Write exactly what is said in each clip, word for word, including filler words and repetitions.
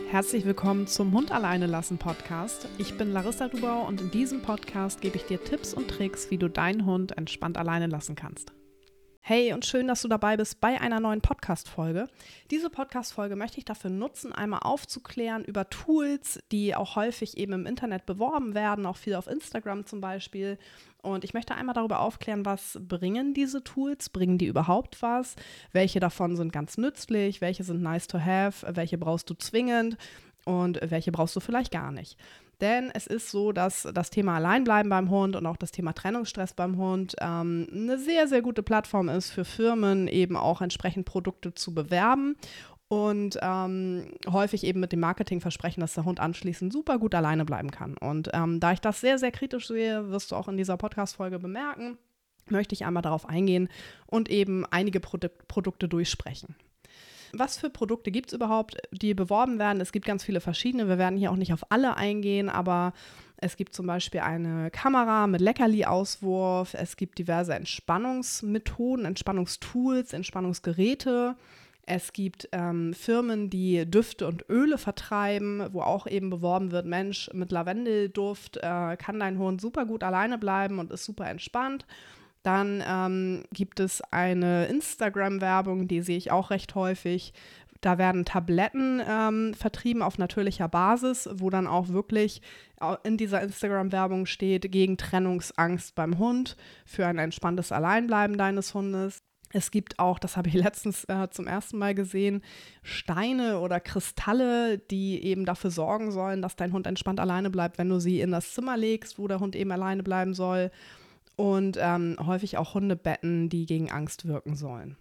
Herzlich willkommen zum Hund alleine lassen Podcast. Ich bin Larissa Dubau und in diesem Podcast gebe ich dir Tipps und Tricks, wie du deinen Hund entspannt alleine lassen kannst. Hey und schön, dass du dabei bist bei einer neuen Podcast-Folge. Diese Podcast-Folge möchte ich dafür nutzen, einmal aufzuklären über Tools, die auch häufig eben im Internet beworben werden, auch viel auf Instagram zum Beispiel. Und ich möchte einmal darüber aufklären, was bringen diese Tools, bringen die überhaupt was, welche davon sind ganz nützlich, welche sind nice to have, welche brauchst du zwingend und welche brauchst du vielleicht gar nicht. Denn es ist so, dass das Thema Alleinbleiben beim Hund und auch das Thema Trennungsstress beim Hund ähm, eine sehr, sehr gute Plattform ist für Firmen, eben auch entsprechend Produkte zu bewerben und ähm, häufig eben mit dem Marketingversprechen, dass der Hund anschließend super gut alleine bleiben kann. Und ähm, da ich das sehr, sehr kritisch sehe, wirst du auch in dieser Podcast-Folge bemerken, möchte ich einmal darauf eingehen und eben einige Produ- Produkte durchsprechen. Was für Produkte gibt es überhaupt, die beworben werden? Es gibt ganz viele verschiedene. Wir werden hier auch nicht auf alle eingehen, aber es gibt zum Beispiel eine Kamera mit Leckerli-Auswurf. Es gibt diverse Entspannungsmethoden, Entspannungstools, Entspannungsgeräte. Es gibt ähm, Firmen, die Düfte und Öle vertreiben, wo auch eben beworben wird, Mensch, mit Lavendelduft äh, kann dein Hund super gut alleine bleiben und ist super entspannt. Dann ähm, gibt es eine Instagram-Werbung, die sehe ich auch recht häufig. Da werden Tabletten ähm, vertrieben auf natürlicher Basis, wo dann auch wirklich in dieser Instagram-Werbung steht, gegen Trennungsangst beim Hund, für ein entspanntes Alleinbleiben deines Hundes. Es gibt auch, das habe ich letztens äh, zum ersten Mal gesehen, Steine oder Kristalle, die eben dafür sorgen sollen, dass dein Hund entspannt alleine bleibt, wenn du sie in das Zimmer legst, wo der Hund eben alleine bleiben soll. Und ähm, häufig auch Hundebetten, die gegen Angst wirken sollen.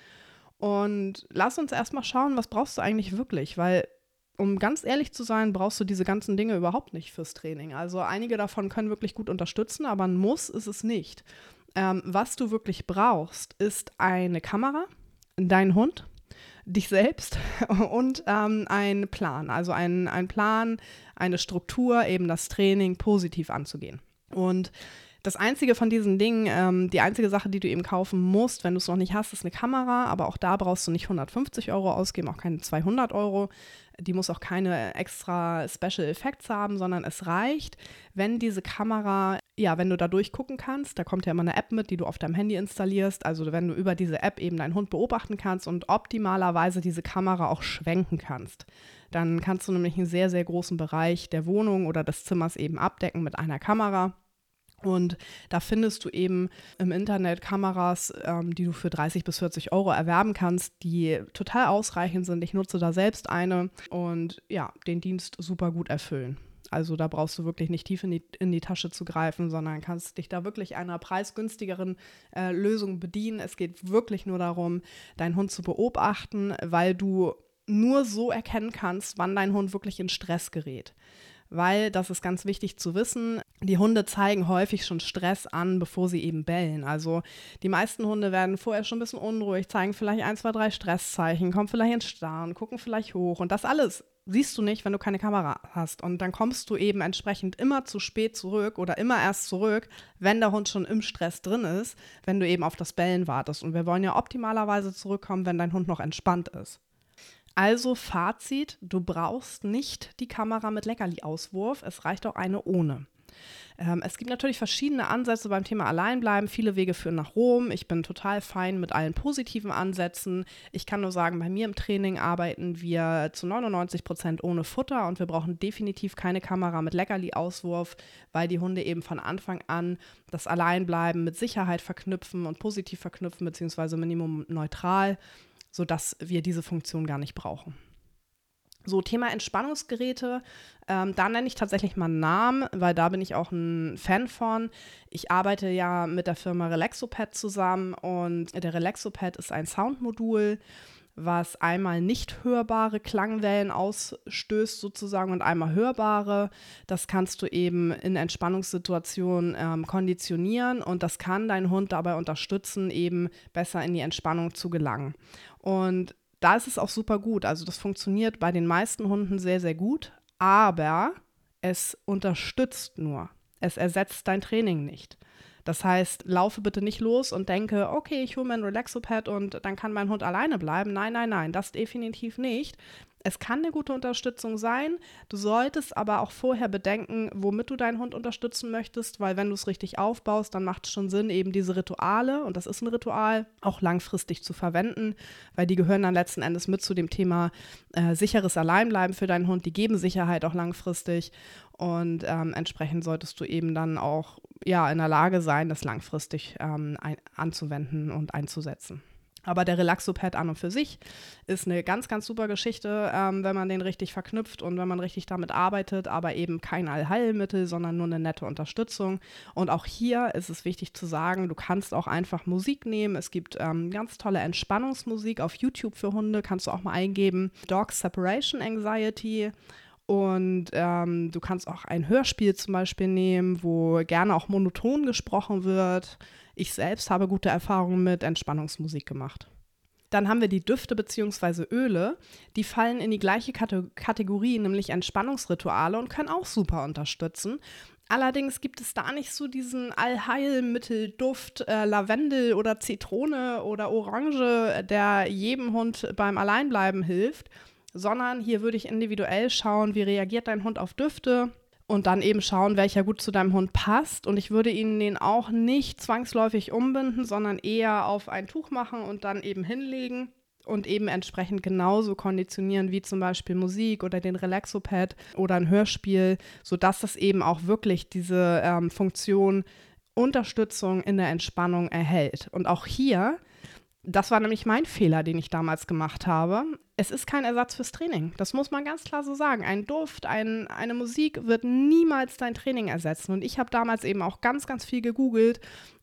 Und lass uns erstmal schauen, was brauchst du eigentlich wirklich, weil, um ganz ehrlich zu sein, brauchst du diese ganzen Dinge überhaupt nicht fürs Training. Also einige davon können wirklich gut unterstützen, aber ein Muss ist es nicht. Ähm, was du wirklich brauchst, ist eine Kamera, dein Hund, dich selbst und ähm, ein Plan. Also ein, ein Plan, eine Struktur, eben das Training positiv anzugehen. Und das einzige von diesen Dingen, ähm, die einzige Sache, die du eben kaufen musst, wenn du es noch nicht hast, ist eine Kamera. Aber auch da brauchst du nicht hundertfünfzig Euro ausgeben, auch keine zweihundert Euro. Die muss auch keine extra Special Effects haben, sondern es reicht, wenn diese Kamera, ja, wenn du da durchgucken kannst, da kommt ja immer eine App mit, die du auf deinem Handy installierst. Also wenn du über diese App eben deinen Hund beobachten kannst und optimalerweise diese Kamera auch schwenken kannst. Dann kannst du nämlich einen sehr, sehr großen Bereich der Wohnung oder des Zimmers eben abdecken mit einer Kamera. Und da findest du eben im Internet Kameras, ähm, die du für dreißig bis vierzig Euro erwerben kannst, die total ausreichend sind. Ich nutze da selbst eine und ja, den Dienst super gut erfüllen. Also da brauchst du wirklich nicht tief in die, in die Tasche zu greifen, sondern kannst dich da wirklich einer preisgünstigeren äh, Lösung bedienen. Es geht wirklich nur darum, deinen Hund zu beobachten, weil du nur so erkennen kannst, wann dein Hund wirklich in Stress gerät. Weil, das ist ganz wichtig zu wissen, die Hunde zeigen häufig schon Stress an, bevor sie eben bellen. Also die meisten Hunde werden vorher schon ein bisschen unruhig, zeigen vielleicht ein, zwei, drei Stresszeichen, kommen vielleicht ins Starren, gucken vielleicht hoch. Und das alles siehst du nicht, wenn du keine Kamera hast. Und dann kommst du eben entsprechend immer zu spät zurück oder immer erst zurück, wenn der Hund schon im Stress drin ist, wenn du eben auf das Bellen wartest. Und wir wollen ja optimalerweise zurückkommen, wenn dein Hund noch entspannt ist. Also Fazit, du brauchst nicht die Kamera mit Leckerli-Auswurf, es reicht auch eine ohne. Ähm, es gibt natürlich verschiedene Ansätze beim Thema Alleinbleiben, viele Wege führen nach Rom. Ich bin total fein mit allen positiven Ansätzen. Ich kann nur sagen, bei mir im Training arbeiten wir zu neunundneunzig Prozent ohne Futter und wir brauchen definitiv keine Kamera mit Leckerli-Auswurf, weil die Hunde eben von Anfang an das Alleinbleiben mit Sicherheit verknüpfen und positiv verknüpfen, beziehungsweise minimum neutral, sodass wir diese Funktion gar nicht brauchen. So, Thema Entspannungsgeräte, ähm, da nenne ich tatsächlich mal einen Namen, weil da bin ich auch ein Fan von. Ich arbeite ja mit der Firma Relaxopad zusammen und der Relaxopad ist ein Soundmodul, was einmal nicht hörbare Klangwellen ausstößt sozusagen und einmal hörbare. Das kannst du eben in Entspannungssituationen ähm, konditionieren und das kann deinen Hund dabei unterstützen, eben besser in die Entspannung zu gelangen. Und da ist es auch super gut. Also das funktioniert bei den meisten Hunden sehr, sehr gut, aber es unterstützt nur. Es ersetzt dein Training nicht. Das heißt, laufe bitte nicht los und denke, okay, ich hole mir ein Relaxopad und dann kann mein Hund alleine bleiben. Nein, nein, nein, das definitiv nicht. Es kann eine gute Unterstützung sein. Du solltest aber auch vorher bedenken, womit du deinen Hund unterstützen möchtest, weil wenn du es richtig aufbaust, dann macht es schon Sinn, eben diese Rituale, und das ist ein Ritual, auch langfristig zu verwenden, weil die gehören dann letzten Endes mit zu dem Thema äh, sicheres Alleinbleiben für deinen Hund. Die geben Sicherheit auch langfristig und ähm, entsprechend solltest du eben dann auch ja, in der Lage sein, das langfristig ähm, ein, anzuwenden und einzusetzen. Aber der Relaxopad an und für sich ist eine ganz, ganz super Geschichte, ähm, wenn man den richtig verknüpft und wenn man richtig damit arbeitet, aber eben kein Allheilmittel, sondern nur eine nette Unterstützung. Und auch hier ist es wichtig zu sagen, du kannst auch einfach Musik nehmen. Es gibt ähm, ganz tolle Entspannungsmusik auf YouTube für Hunde, kannst du auch mal eingeben. Dog Separation Anxiety. Und ähm, du kannst auch ein Hörspiel zum Beispiel nehmen, wo gerne auch monoton gesprochen wird. Ich selbst habe gute Erfahrungen mit Entspannungsmusik gemacht. Dann haben wir die Düfte bzw. Öle. Die fallen in die gleiche Kate- Kategorie, nämlich Entspannungsrituale, und können auch super unterstützen. Allerdings gibt es da nicht so diesen Allheilmittelduft äh, Lavendel oder Zitrone oder Orange, der jedem Hund beim Alleinbleiben hilft, sondern hier würde ich individuell schauen, wie reagiert dein Hund auf Düfte und dann eben schauen, welcher gut zu deinem Hund passt. Und ich würde ihn den auch nicht zwangsläufig umbinden, sondern eher auf ein Tuch machen und dann eben hinlegen und eben entsprechend genauso konditionieren wie zum Beispiel Musik oder den Relaxopad oder ein Hörspiel, sodass das eben auch wirklich diese ähm, Funktion Unterstützung in der Entspannung erhält. Und auch hier, das war nämlich mein Fehler, den ich damals gemacht habe. Es ist kein Ersatz fürs Training. Das muss man ganz klar so sagen. Ein Duft, ein, eine Musik wird niemals dein Training ersetzen. Und ich habe damals eben auch ganz, ganz viel gegoogelt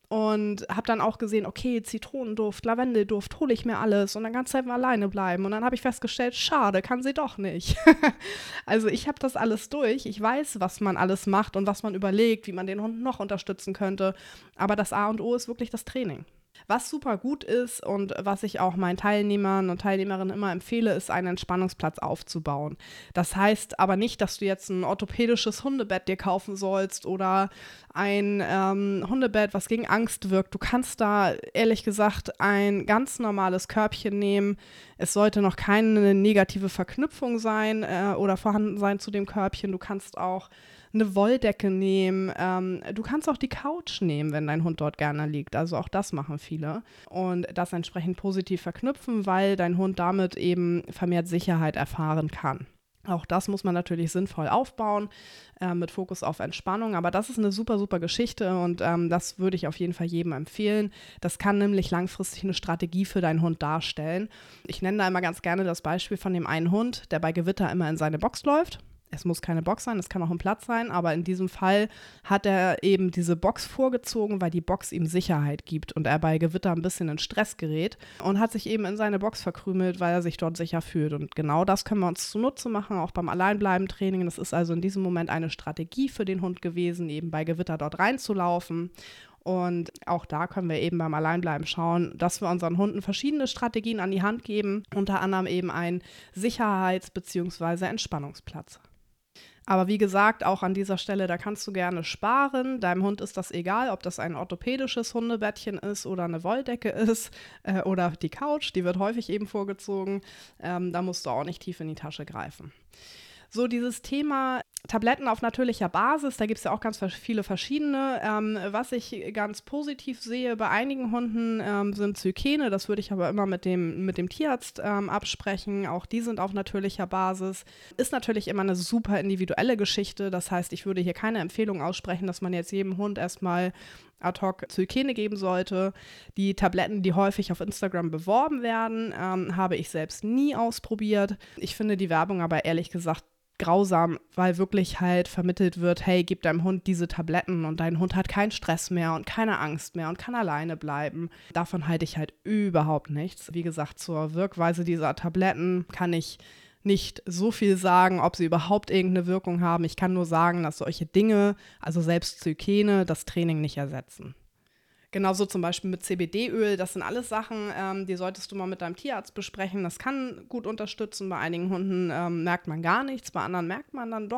und habe dann auch gesehen, okay, Zitronenduft, Lavendelduft, hole ich mir alles und dann kannst du einfach alleine bleiben. Und dann habe ich festgestellt, schade, kann sie doch nicht. Also ich habe das alles durch. Ich weiß, was man alles macht und was man überlegt, wie man den Hund noch unterstützen könnte. Aber das A und O ist wirklich das Training. Was super gut ist und was ich auch meinen Teilnehmern und Teilnehmerinnen immer empfehle, ist, einen Entspannungsplatz aufzubauen. Das heißt aber nicht, dass du jetzt ein orthopädisches Hundebett dir kaufen sollst oder ein ähm, Hundebett, was gegen Angst wirkt. Du kannst da ehrlich gesagt ein ganz normales Körbchen nehmen. Es sollte noch keine negative Verknüpfung sein äh, oder vorhanden sein zu dem Körbchen. Du kannst auch eine Wolldecke nehmen. Ähm, du kannst auch die Couch nehmen, wenn dein Hund dort gerne liegt. Also auch das machen viele. Und das entsprechend positiv verknüpfen, weil dein Hund damit eben vermehrt Sicherheit erfahren kann. Auch das muss man natürlich sinnvoll aufbauen, äh, mit Fokus auf Entspannung. Aber das ist eine super, super Geschichte und ähm, das würde ich auf jeden Fall jedem empfehlen. Das kann nämlich langfristig eine Strategie für deinen Hund darstellen. Ich nenne da immer ganz gerne das Beispiel von dem einen Hund, der bei Gewitter immer in seine Box läuft. Es muss keine Box sein, es kann auch ein Platz sein, aber in diesem Fall hat er eben diese Box vorgezogen, weil die Box ihm Sicherheit gibt und er bei Gewitter ein bisschen in Stress gerät und hat sich eben in seine Box verkrümelt, weil er sich dort sicher fühlt. Und genau das können wir uns zunutze machen, auch beim Alleinbleiben-Training. Das ist also in diesem Moment eine Strategie für den Hund gewesen, eben bei Gewitter dort reinzulaufen. Und auch da können wir eben beim Alleinbleiben schauen, dass wir unseren Hunden verschiedene Strategien an die Hand geben, unter anderem eben einen Sicherheits- bzw. Entspannungsplatz. Aber wie gesagt, auch an dieser Stelle, da kannst du gerne sparen. Deinem Hund ist das egal, ob das ein orthopädisches Hundebettchen ist oder eine Wolldecke ist äh, oder die Couch, die wird häufig eben vorgezogen. Ähm, da musst du auch nicht tief in die Tasche greifen. So, dieses Thema Tabletten auf natürlicher Basis, da gibt es ja auch ganz viele verschiedene. Ähm, was ich ganz positiv sehe bei einigen Hunden ähm, sind Zykene, das würde ich aber immer mit dem, mit dem Tierarzt ähm, absprechen. Auch die sind auf natürlicher Basis. Ist natürlich immer eine super individuelle Geschichte, das heißt, ich würde hier keine Empfehlung aussprechen, dass man jetzt jedem Hund erstmal ad hoc Zykene geben sollte. Die Tabletten, die häufig auf Instagram beworben werden, ähm, habe ich selbst nie ausprobiert. Ich finde die Werbung aber ehrlich gesagt grausam, weil wirklich halt vermittelt wird, hey, gib deinem Hund diese Tabletten und dein Hund hat keinen Stress mehr und keine Angst mehr und kann alleine bleiben. Davon halte ich halt überhaupt nichts. Wie gesagt, zur Wirkweise dieser Tabletten kann ich nicht so viel sagen, ob sie überhaupt irgendeine Wirkung haben. Ich kann nur sagen, dass solche Dinge, also selbst Zykene, das Training nicht ersetzen. Genauso zum Beispiel mit C B D-Öl, das sind alles Sachen, ähm, die solltest du mal mit deinem Tierarzt besprechen. Das kann gut unterstützen. Bei einigen Hunden ähm, merkt man gar nichts, bei anderen merkt man dann doch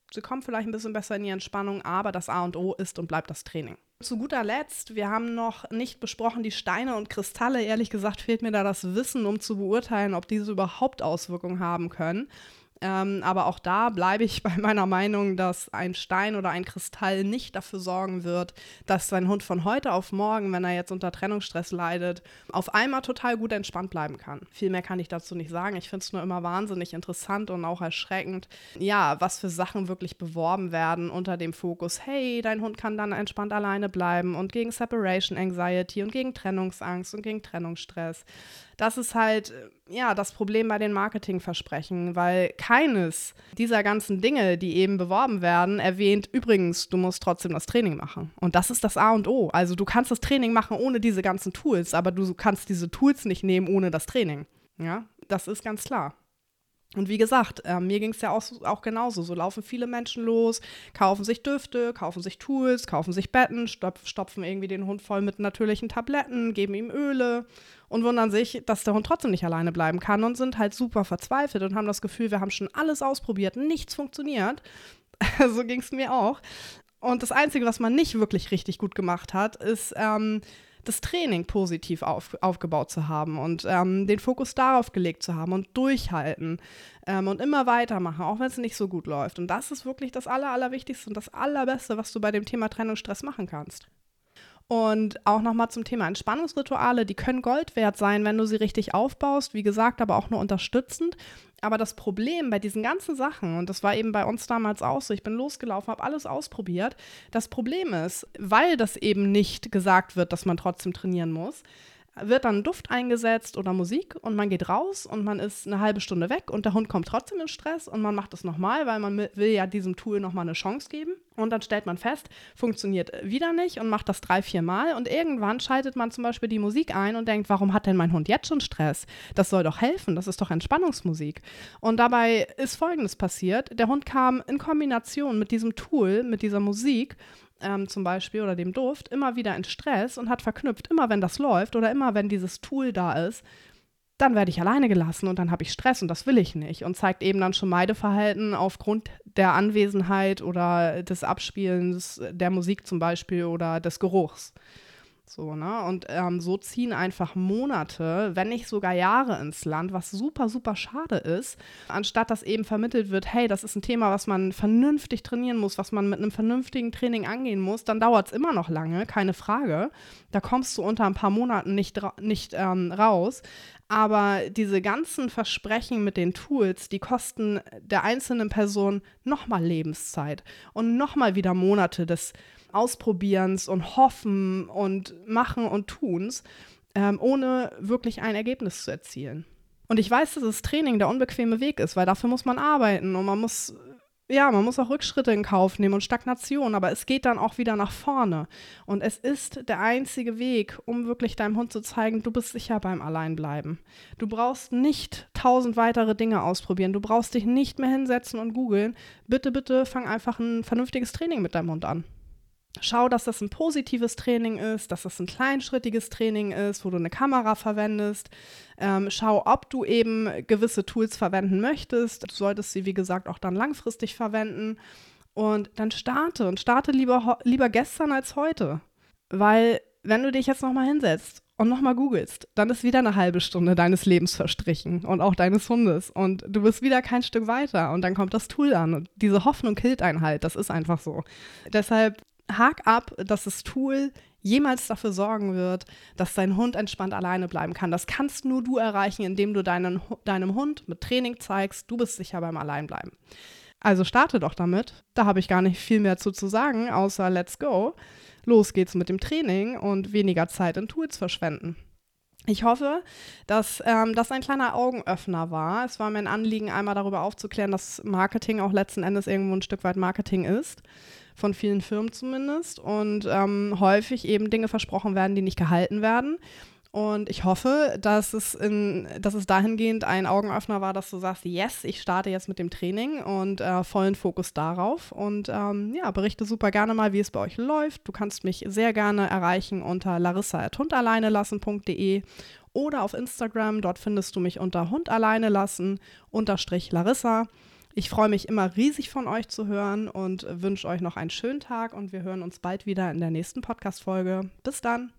Sie kommen vielleicht ein bisschen besser in die Entspannung, aber das A und O ist und bleibt das Training. Zu guter Letzt, wir haben noch nicht besprochen die Steine und Kristalle. Ehrlich gesagt fehlt mir da das Wissen, um zu beurteilen, ob diese überhaupt Auswirkungen haben können. Ähm, aber auch da bleibe ich bei meiner Meinung, dass ein Stein oder ein Kristall nicht dafür sorgen wird, dass sein Hund von heute auf morgen, wenn er jetzt unter Trennungsstress leidet, auf einmal total gut entspannt bleiben kann. Viel mehr kann ich dazu nicht sagen. Ich finde es nur immer wahnsinnig interessant und auch erschreckend, ja, was für Sachen wirklich beworben werden unter dem Fokus, hey, dein Hund kann dann entspannt alleine bleiben und gegen Separation Anxiety und gegen Trennungsangst und gegen Trennungsstress. Das ist halt, ja, das Problem bei den Marketingversprechen, weil keines dieser ganzen Dinge, die eben beworben werden, erwähnt, übrigens, du musst trotzdem das Training machen. Und das ist das A und O. Also du kannst das Training machen ohne diese ganzen Tools, aber du kannst diese Tools nicht nehmen ohne das Training. Ja, das ist ganz klar. Und wie gesagt, äh, mir ging es ja auch, auch genauso. So laufen viele Menschen los, kaufen sich Düfte, kaufen sich Tools, kaufen sich Betten, stopf, stopfen irgendwie den Hund voll mit natürlichen Tabletten, geben ihm Öle und wundern sich, dass der Hund trotzdem nicht alleine bleiben kann und sind halt super verzweifelt und haben das Gefühl, wir haben schon alles ausprobiert, nichts funktioniert. So ging es mir auch. Und das Einzige, was man nicht wirklich richtig gut gemacht hat, ist ähm, das Training positiv auf, aufgebaut zu haben und ähm, den Fokus darauf gelegt zu haben und durchhalten ähm, und immer weitermachen, auch wenn es nicht so gut läuft. Und das ist wirklich das Aller, Allerwichtigste und das Allerbeste, was du bei dem Thema Trennungsstress machen kannst. Und auch nochmal zum Thema Entspannungsrituale, die können Gold wert sein, wenn du sie richtig aufbaust, wie gesagt, aber auch nur unterstützend. Aber das Problem bei diesen ganzen Sachen, und das war eben bei uns damals auch so, ich bin losgelaufen, habe alles ausprobiert, das Problem ist, weil das eben nicht gesagt wird, dass man trotzdem trainieren muss, wird dann Duft eingesetzt oder Musik und man geht raus und man ist eine halbe Stunde weg und der Hund kommt trotzdem in Stress und man macht es nochmal, weil man will ja diesem Tool nochmal eine Chance geben und dann stellt man fest, funktioniert wieder nicht und macht das drei, vier Mal und irgendwann schaltet man zum Beispiel die Musik ein und denkt, warum hat denn mein Hund jetzt schon Stress? Das soll doch helfen, das ist doch Entspannungsmusik. Und dabei ist Folgendes passiert, der Hund kam in Kombination mit diesem Tool, mit dieser Musik, Ähm, zum Beispiel oder dem Duft, immer wieder in Stress und hat verknüpft, immer wenn das läuft oder immer wenn dieses Tool da ist, dann werde ich alleine gelassen und dann habe ich Stress und das will ich nicht und zeigt eben dann schon Meideverhalten aufgrund der Anwesenheit oder des Abspielens der Musik zum Beispiel oder des Geruchs. So, ne? Und ähm, so ziehen einfach Monate, wenn nicht sogar Jahre ins Land, was super, super schade ist, anstatt dass eben vermittelt wird, hey, das ist ein Thema, was man vernünftig trainieren muss, was man mit einem vernünftigen Training angehen muss, dann dauert es immer noch lange, keine Frage. Da kommst du unter ein paar Monaten nicht, nicht ähm, raus. Aber diese ganzen Versprechen mit den Tools, die kosten der einzelnen Person nochmal Lebenszeit und nochmal wieder Monate des Ausprobierens und Hoffen und Machen und Tuns, ähm, ohne wirklich ein Ergebnis zu erzielen. Und ich weiß, dass das Training der unbequeme Weg ist, weil dafür muss man arbeiten und man muss, ja, man muss auch Rückschritte in Kauf nehmen und Stagnation, aber es geht dann auch wieder nach vorne. Und es ist der einzige Weg, um wirklich deinem Hund zu zeigen, du bist sicher beim Alleinbleiben. Du brauchst nicht tausend weitere Dinge ausprobieren, du brauchst dich nicht mehr hinsetzen und googeln. Bitte, bitte fang einfach ein vernünftiges Training mit deinem Hund an. Schau, dass das ein positives Training ist, dass das ein kleinschrittiges Training ist, wo du eine Kamera verwendest. Ähm, schau, ob du eben gewisse Tools verwenden möchtest. Du solltest sie, wie gesagt, auch dann langfristig verwenden. Und dann starte und starte lieber, lieber gestern als heute. Weil, wenn du dich jetzt nochmal hinsetzt und nochmal googelst, dann ist wieder eine halbe Stunde deines Lebens verstrichen und auch deines Hundes. Und du bist wieder kein Stück weiter. Und dann kommt das Tool an. Und diese Hoffnung killt einen halt. Das ist einfach so. Deshalb hak ab, dass das Tool jemals dafür sorgen wird, dass dein Hund entspannt alleine bleiben kann. Das kannst nur du erreichen, indem du deinen, deinem Hund mit Training zeigst, du bist sicher beim Alleinbleiben. Also starte doch damit. Da habe ich gar nicht viel mehr zu, zu sagen, außer let's go. Los geht's mit dem Training und weniger Zeit in Tools verschwenden. Ich hoffe, dass ähm, das ein kleiner Augenöffner war. Es war mir ein Anliegen, einmal darüber aufzuklären, dass Marketing auch letzten Endes irgendwo ein Stück weit Marketing ist. Von vielen Firmen zumindest und ähm, häufig eben Dinge versprochen werden, die nicht gehalten werden. Und ich hoffe, dass es, in, dass es dahingehend ein Augenöffner war, dass du sagst, yes, ich starte jetzt mit dem Training und äh, vollen Fokus darauf. Und ähm, ja, berichte super gerne mal, wie es bei euch läuft. Du kannst mich sehr gerne erreichen unter larissa at hundalleinelassen punkt de oder auf Instagram. Dort findest du mich unter hundalleinelassen unterstrich Larissa. Ich freue mich immer riesig von euch zu hören und wünsche euch noch einen schönen Tag und wir hören uns bald wieder in der nächsten Podcast-Folge. Bis dann!